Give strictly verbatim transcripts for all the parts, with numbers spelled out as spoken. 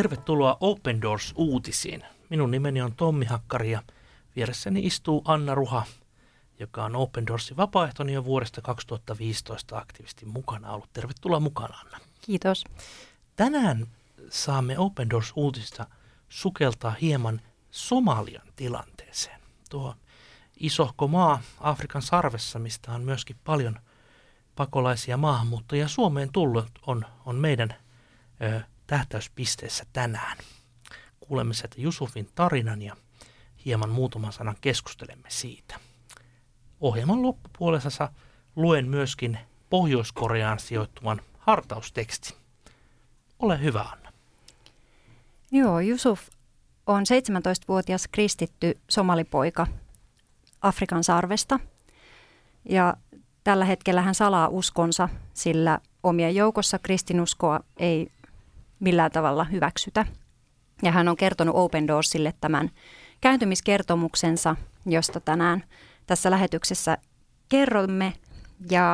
Tervetuloa Open Doors-uutisiin. Minun nimeni on Tommi Hakkari ja vieressäni istuu Anna Ruha, joka on Open Doorsin vapaaehtoinen jo vuodesta kaksituhattaviisitoista aktiivisesti mukana ollut. Tervetuloa mukaan, Anna. Kiitos. Tänään saamme Open Doors-uutista sukeltaa hieman Somalian tilanteeseen. Tuo isohko maa Afrikan sarvessa, mistä on myöskin paljon pakolaisia maahanmuuttajia Suomeen tullut, on, on meidän ö, tähtäyspisteessä tänään. Kuulemme sieltä Yusufin tarinan ja hieman muutaman sanan keskustelemme siitä. Ohjelman loppupuolessa luen myöskin Pohjois-Koreaan sijoittuvan hartaustekstin. Ole hyvä, Anna. Joo, Yusuf on seitsemäntoistavuotias kristitty somalipoika Afrikan sarvesta. Ja tällä hetkellä hän salaa uskonsa, sillä omien joukossa kristinuskoa ei millään tavalla hyväksytä. Ja hän on kertonut Open Doorsille tämän kääntymiskertomuksensa, josta tänään tässä lähetyksessä kerromme. Ja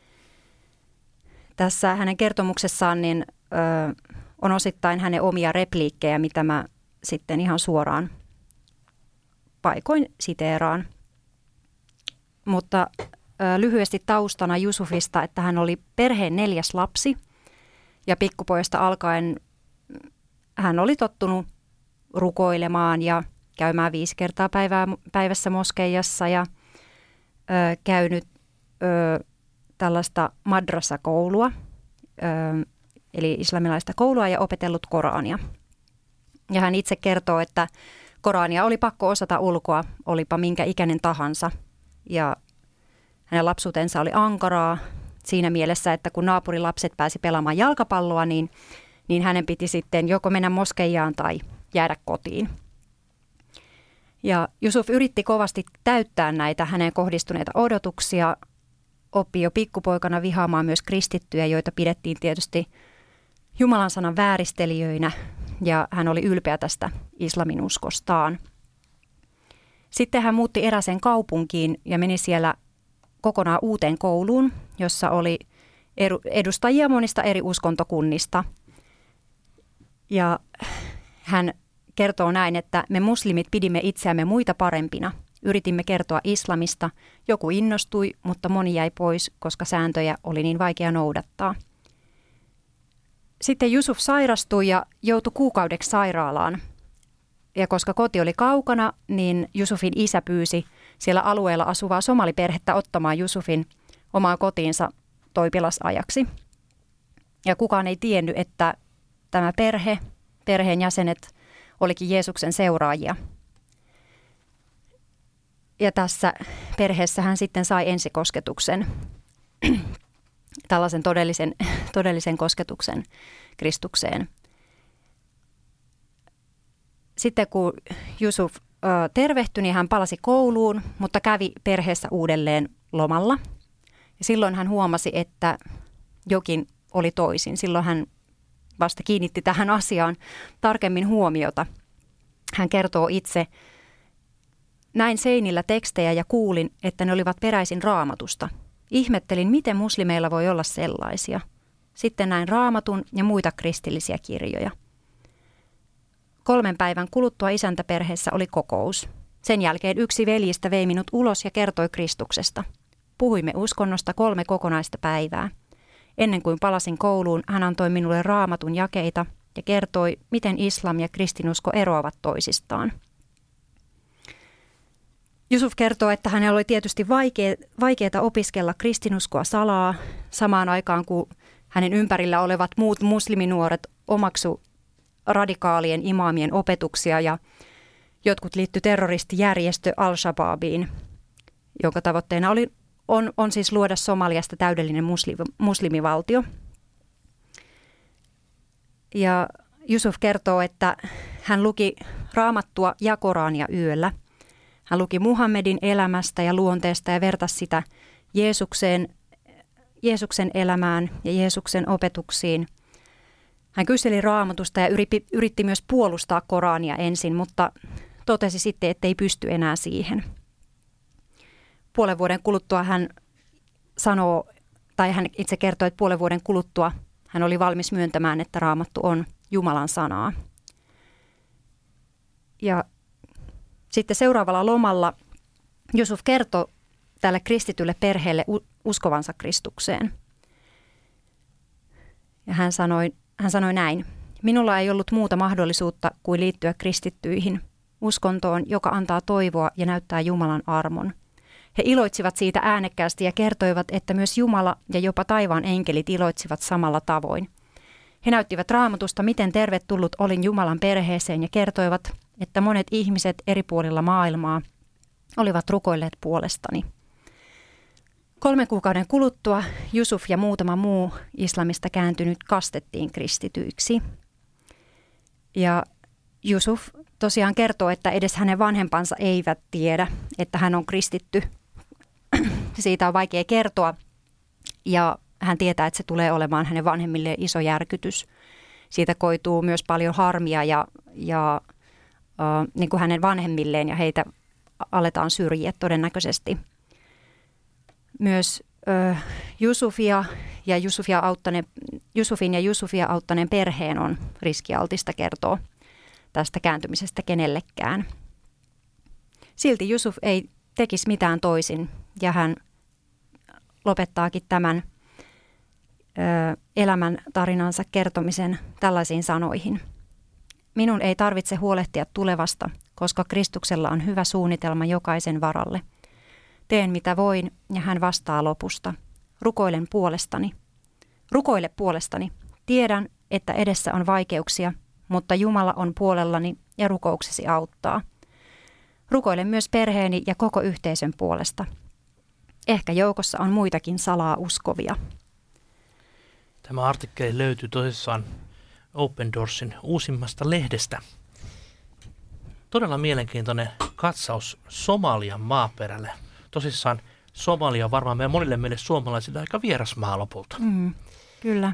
tässä hänen kertomuksessaan niin, ö, on osittain hänen omia repliikkejä, mitä mä sitten ihan suoraan paikoin siteeraan. Mutta ö, lyhyesti taustana Yusufista, että hän oli perheen neljäs lapsi ja pikkupojasta alkaen hän oli tottunut rukoilemaan ja käymään viisi kertaa päivää, päivässä moskeijassa ja ö, käynyt ö, tällaista madrasa-koulua, ö, eli islamilaista koulua ja opetellut Korania. Ja hän itse kertoo, että Korania oli pakko osata ulkoa, olipa minkä ikäinen tahansa. Ja hänen lapsuutensa oli ankaraa siinä mielessä, että kun naapurilapset pääsi pelaamaan jalkapalloa, niin, niin hänen piti sitten joko mennä moskeijaan tai jäädä kotiin. Ja Yusuf yritti kovasti täyttää näitä hänen kohdistuneita odotuksia, oppi jo pikkupoikana vihaamaan myös kristittyjä, joita pidettiin tietysti Jumalan sanan vääristelijöinä, ja hän oli ylpeä tästä islamin uskostaan. Sitten hän muutti eräseen kaupunkiin ja meni siellä kokonaan uuteen kouluun, jossa oli edustajia monista eri uskontokunnista. Ja hän kertoo näin, että me muslimit pidimme itseämme muita parempina. Yritimme kertoa islamista. Joku innostui, mutta moni jäi pois, koska sääntöjä oli niin vaikea noudattaa. Sitten Yusuf sairastui ja joutui kuukaudeksi sairaalaan. Ja koska koti oli kaukana, niin Yusufin isä pyysi siellä alueella asuvaa somaliperhettä ottamaan Yusufin omaan kotiinsa toipilasajaksi. Ja kukaan ei tiennyt, että tämä perhe, perheen jäsenet olikin Jeesuksen seuraajia. Ja tässä perheessä hän sitten sai ensikosketuksen, tällaisen todellisen, todellisen kosketuksen Kristukseen. Sitten kun Yusuf ö, tervehtyi, niin hän palasi kouluun, mutta kävi perheessä uudelleen lomalla. Ja silloin hän huomasi, että jokin oli toisin. Silloin hän vasta kiinnitti tähän asiaan tarkemmin huomiota. Hän kertoo itse: näin seinillä tekstejä ja kuulin, että ne olivat peräisin Raamatusta. Ihmettelin, miten muslimeilla voi olla sellaisia. Sitten näin Raamatun ja muita kristillisiä kirjoja. Kolmen päivän kuluttua isäntäperheessä oli kokous. Sen jälkeen yksi veljistä vei minut ulos ja kertoi Kristuksesta. Puhuimme uskonnosta kolme kokonaista päivää. Ennen kuin palasin kouluun, hän antoi minulle Raamatun jakeita ja kertoi, miten islam ja kristinusko eroavat toisistaan. Yusuf kertoo, että hänellä oli tietysti vaikeaa opiskella kristinuskoa salaa samaan aikaan, kun hänen ympärillä olevat muut musliminuoret omaksu radikaalien imaamien opetuksia ja jotkut liittyi terroristijärjestö Al-Shabaabiin, jonka tavoitteena oli, on, on siis luoda Somaliasta täydellinen muslim, muslimivaltio. Ja Yusuf kertoo, että hän luki Raamattua ja Korania yöllä. Hän luki Muhammedin elämästä ja luonteesta ja vertasi sitä Jeesukseen, Jeesuksen elämään ja Jeesuksen opetuksiin. Hän kyseli Raamatusta ja yritti, yritti myös puolustaa Korania ensin, mutta totesi sitten, ettei pysty enää siihen. Puolen vuoden kuluttua hän sanoo, tai hän itse kertoi, että puolen vuoden kuluttua hän oli valmis myöntämään, että Raamattu on Jumalan sanaa. ja sitten seuraavalla lomalla Jusuf kertoi tälle kristitylle perheelle uskovansa Kristukseen. Ja hän sanoi, hän sanoi näin: minulla ei ollut muuta mahdollisuutta kuin liittyä kristittyihin, uskontoon, joka antaa toivoa ja näyttää Jumalan armon. He iloitsivat siitä äänekkäästi ja kertoivat, että myös Jumala ja jopa taivaan enkelit iloitsivat samalla tavoin. He näyttivät Raamatusta, miten tervetullut olin Jumalan perheeseen ja kertoivat, että monet ihmiset eri puolilla maailmaa olivat rukoilleet puolestani. Kolmen kuukauden kuluttua Jusuf ja muutama muu islamista kääntynyt kastettiin kristityiksi. Ja Jusuf tosiaan kertoo, että edes hänen vanhempansa eivät tiedä, että hän on kristitty. Siitä on vaikea kertoa ja hän tietää, että se tulee olemaan hänen vanhemmilleen iso järkytys. Siitä koituu myös paljon harmia ja, ja äh, niin kuin hänen vanhemmilleen ja heitä aletaan syrjiä todennäköisesti. Myös äh, Jusufia ja Jusufia auttaneen, Jusufin ja Jusufia auttaneen perheen on riskialtista kertoa tästä kääntymisestä kenellekään. Silti Jusuf ei tekisi mitään toisin ja hän lopettaakin tämän ö, elämän tarinansa kertomisen tällaisiin sanoihin. Minun ei tarvitse huolehtia tulevasta, koska Kristuksella on hyvä suunnitelma jokaisen varalle. Teen mitä voin ja hän vastaa lopusta. Rukoilen puolestani. Rukoile puolestani. Tiedän, että edessä on vaikeuksia, mutta Jumala on puolellani ja rukouksesi auttaa. Rukoilen myös perheeni ja koko yhteisön puolesta. Ehkä joukossa on muitakin salaa uskovia. Tämä artikkeli löytyy tosissaan Open Doorsin uusimmasta lehdestä. Todella mielenkiintoinen katsaus Somalian maaperälle. Tosissaan Somalia on varmaan meidän monille meille suomalaisille aika vieras maa lopulta. Mm, kyllä.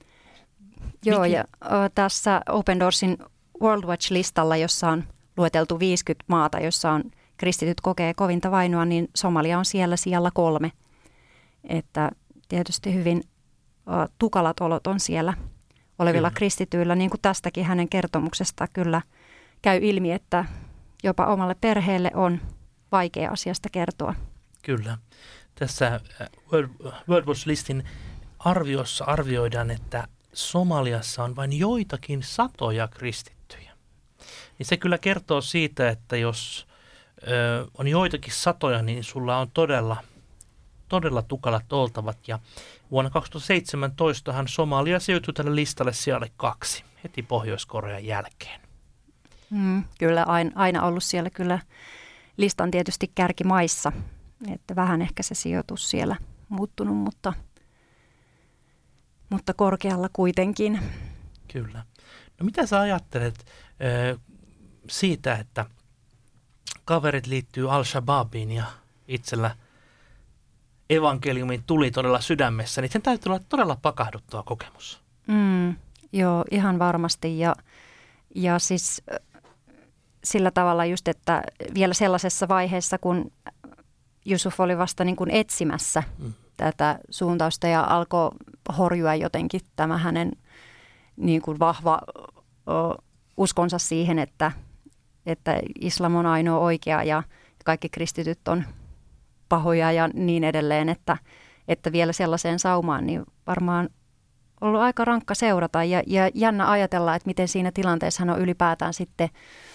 Joo, Miki? ja o, tässä Open Doorsin World Watch-listalla, jossa on lueteltu viisikymmentä maata, jossa on kristityt kokee kovinta vainoa, niin Somalia on siellä sijalla kolme. Että tietysti hyvin o, tukalat olot on siellä olevilla kyllä. kristityillä, niin kuin tästäkin hänen kertomuksesta kyllä käy ilmi, että jopa omalle perheelle on vaikea asiasta kertoa. Kyllä. Tässä World, World Watch-listin arviossa arvioidaan, että Somaliassa on vain joitakin satoja kristittyjä. Niin se kyllä kertoo siitä, että jos ö, on joitakin satoja, niin sulla on todella, todella tukalat oltavat. Ja vuonna kaksituhattaseitsemäntoistahan Somalia sijoitui tälle listalle sijalle kaksi, heti Pohjois-Korean jälkeen. Mm, kyllä aina, aina ollut siellä kyllä listan tietysti kärkimaissa, että vähän ehkä se sijoitus siellä muuttunut, mutta... Mutta korkealla kuitenkin. Kyllä. No mitä sä ajattelet ö, siitä, että kaverit liittyy Al-Shababiin ja itsellä evankeliumin tuli todella sydämessä, niin sen täytyy olla todella pakahduttava kokemus. Mm, joo, ihan varmasti. Ja, ja siis sillä tavalla just, että vielä sellaisessa vaiheessa, kun Jusuf oli vasta niin kuin etsimässä mm. tätä suuntausta ja alkoi horjua jotenkin tämä hänen niin kuin vahva o, uskonsa siihen, että, että islam on ainoa oikea ja kaikki kristityt on pahoja ja niin edelleen, että, että vielä sellaiseen saumaan, niin varmaan ollut aika rankka seurata ja, ja jännä ajatella, että miten siinä tilanteessa hän on ylipäätään sitten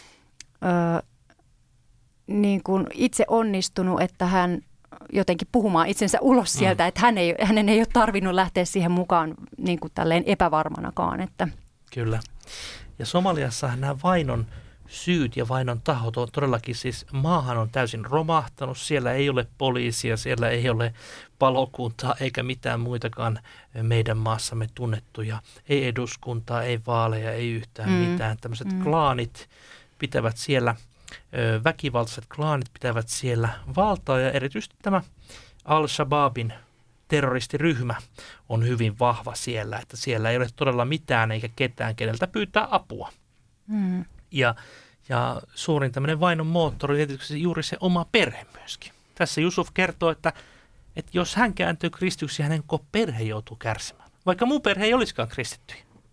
ö, niin kuin itse onnistunut, että hän jotenkin puhumaan itsensä ulos sieltä, mm. että hän ei, hänen ei ole tarvinnut lähteä siihen mukaan niin kuin tälleen epävarmanakaan. Että. Kyllä. Ja Somaliassahan nämä vainon syyt ja vainon tahot on todellakin siis, maahan on täysin romahtanut, siellä ei ole poliisia, siellä ei ole palokuntaa eikä mitään muitakaan meidän maassamme tunnettuja, ei eduskuntaa, ei vaaleja, ei yhtään mm. mitään. Tämmöiset mm. klaanit pitävät siellä, väkivaltaiset klaanit pitävät siellä valtaa ja erityisesti tämä Al-Shabaabin terroristiryhmä on hyvin vahva siellä, että siellä ei ole todella mitään eikä ketään, keneltä pyytää apua. Mm. Ja, ja suurin tämmöinen vainon moottori on tietysti juuri se oma perhe myöskin. Tässä Jusuf kertoo, että, että jos hän kääntyy kristityksi, hänen koko perhe joutuu kärsimään. Vaikka muu perhe ei olisikaan kristittyjä.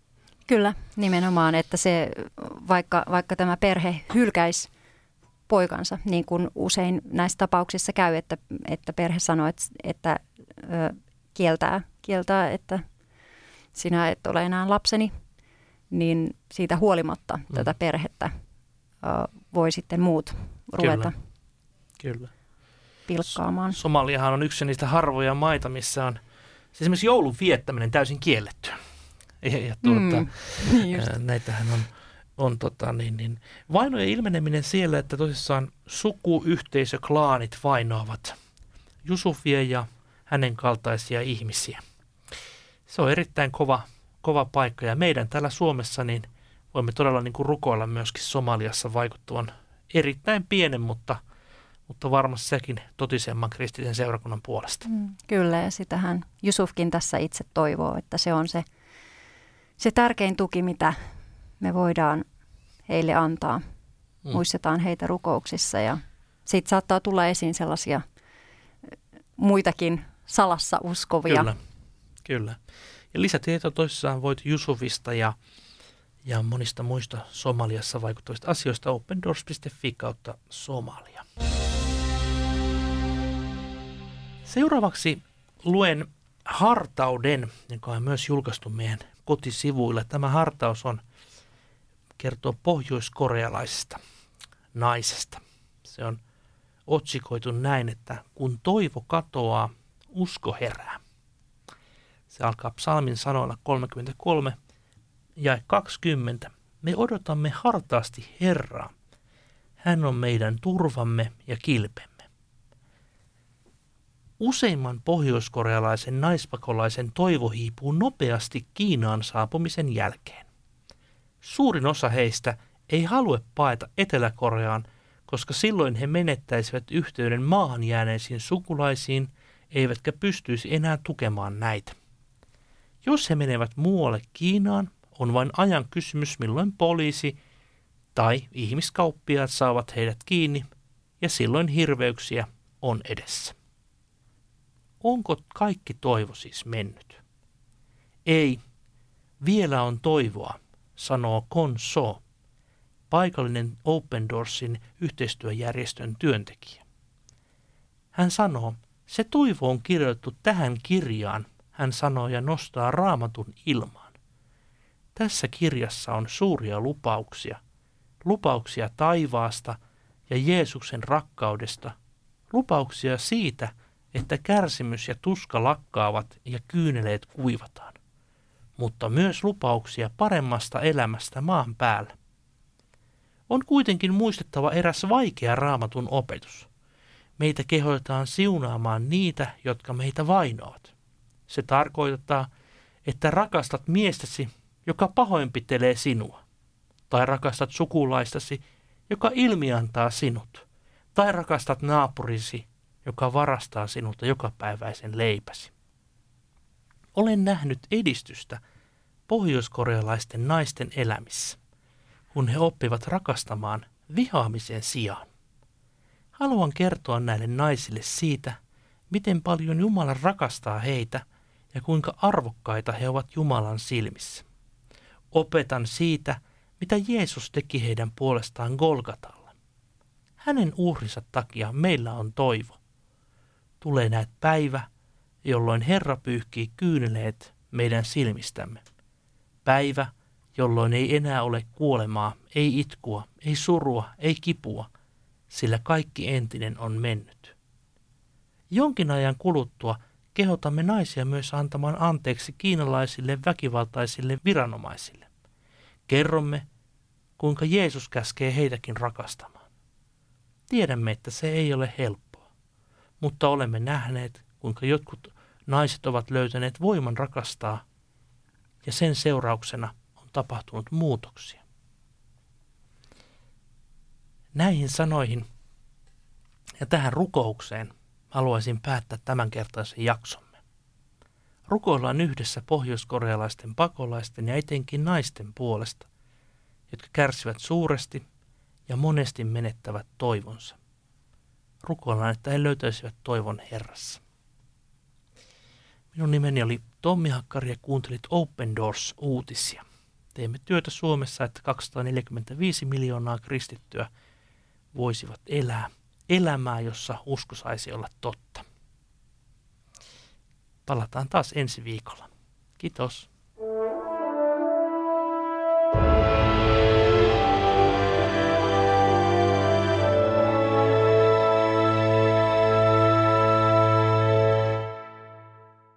Kyllä, nimenomaan, että se, vaikka, vaikka tämä perhe hylkäisi poikansa, niin kuin usein näissä tapauksissa käy, että, että perhe sanoo, että, että ö, kieltää, kieltää, että sinä et ole enää lapseni, niin siitä huolimatta mm. tätä perhettä ö, voi sitten muut ruveta Kyllä. Kyllä. pilkkaamaan. Somaliahan on yksi niistä harvoja maita, missä on siis esimerkiksi joulun viettäminen täysin kiellettyä. Ja, ja tuota, mm, niin näitähän on, on tota, niin, niin, vainojen ilmeneminen siellä, että tosissaan sukuyhteisöklaanit vainoavat Jusufia ja hänen kaltaisia ihmisiä. Se on erittäin kova, kova paikka ja meidän täällä Suomessa niin voimme todella niin kuin rukoilla myöskin Somaliassa vaikuttavan erittäin pienen, mutta, mutta varmasti sekin totisemman kristillisen seurakunnan puolesta. Mm, kyllä ja sitähän Jusufkin tässä itse toivoo, että se on se Se tärkein tuki, mitä me voidaan heille antaa. Mm. Muistetaan heitä rukouksissa ja siitä saattaa tulla esiin sellaisia muitakin salassa uskovia. Kyllä, kyllä. Ja lisätietoa toisessaan voit Jusufista ja, ja monista muista Somaliassa vaikuttavista asioista opendoors piste fi kautta Somalia. Seuraavaksi luen hartauden, joka on myös julkaistu meidän kotisivuilla. Tämä hartaus on, kertoo pohjoiskorealaisesta naisesta. Se on otsikoitu näin, että kun toivo katoaa, usko herää. Se alkaa psalmin sanoilla kolmekymmentäkolme ja kaksikymmentä. Me odotamme hartaasti Herraa. Hän on meidän turvamme ja kilpemme. Useimman pohjoiskorealaisen naispakolaisen toivo hiipuu nopeasti Kiinaan saapumisen jälkeen. Suurin osa heistä ei halua paeta Etelä-Koreaan, koska silloin he menettäisivät yhteyden maahan jääneisiin sukulaisiin, eivätkä pystyisi enää tukemaan näitä. Jos he menevät muualle Kiinaan, on vain ajan kysymys, milloin poliisi tai ihmiskauppiaat saavat heidät kiinni, ja silloin hirveyksiä on edessä. Onko kaikki toivo siis mennyt? Ei, vielä on toivoa, sanoo Kon So, paikallinen Open Doorsin yhteistyöjärjestön työntekijä. Hän sanoo, se toivo on kirjoitettu tähän kirjaan, hän sanoo ja nostaa Raamatun ilmaan. Tässä kirjassa on suuria lupauksia, lupauksia taivaasta ja Jeesuksen rakkaudesta, lupauksia siitä, että kärsimys ja tuska lakkaavat ja kyyneleet kuivataan, mutta myös lupauksia paremmasta elämästä maan päällä. On kuitenkin muistettava eräs vaikea Raamatun opetus. Meitä kehotetaan siunaamaan niitä, jotka meitä vainoavat. Se tarkoittaa, että rakastat miestäsi, joka pahoinpitelee sinua, tai rakastat sukulaistasi, joka ilmiantaa sinut, tai rakastat naapurisi, joka varastaa sinulta jokapäiväisen leipäsi. Olen nähnyt edistystä pohjoiskorealaisten naisten elämissä, kun he oppivat rakastamaan vihaamisen sijaan. Haluan kertoa näille naisille siitä, miten paljon Jumala rakastaa heitä ja kuinka arvokkaita he ovat Jumalan silmissä. Opetan siitä, mitä Jeesus teki heidän puolestaan Golgatalla. Hänen uhrinsa takia meillä on toivo. Tulee näet päivä, jolloin Herra pyyhkii kyyneleet meidän silmistämme. Päivä, jolloin ei enää ole kuolemaa, ei itkua, ei surua, ei kipua, sillä kaikki entinen on mennyt. Jonkin ajan kuluttua kehotamme naisia myös antamaan anteeksi kiinalaisille väkivaltaisille viranomaisille. Kerromme, kuinka Jeesus käskee heitäkin rakastamaan. Tiedämme, että se ei ole helppoa, mutta olemme nähneet, kuinka jotkut naiset ovat löytäneet voiman rakastaa, ja sen seurauksena on tapahtunut muutoksia. Näihin sanoihin ja tähän rukoukseen haluaisin päättää tämänkertaisen jaksomme. Rukoillaan yhdessä pohjoiskorealaisten pakolaisten ja etenkin naisten puolesta, jotka kärsivät suuresti ja monesti menettävät toivonsa. Rukoillaan, että he löytäisivät toivon Herrassa. Minun nimeni oli Tommi Hakkari ja kuuntelit Open Doors -uutisia. Teemme työtä Suomessa, että kaksisataaneljäkymmentäviisi miljoonaa kristittyä voisivat elää elämää, jossa usko saisi olla totta. Palataan taas ensi viikolla. Kiitos.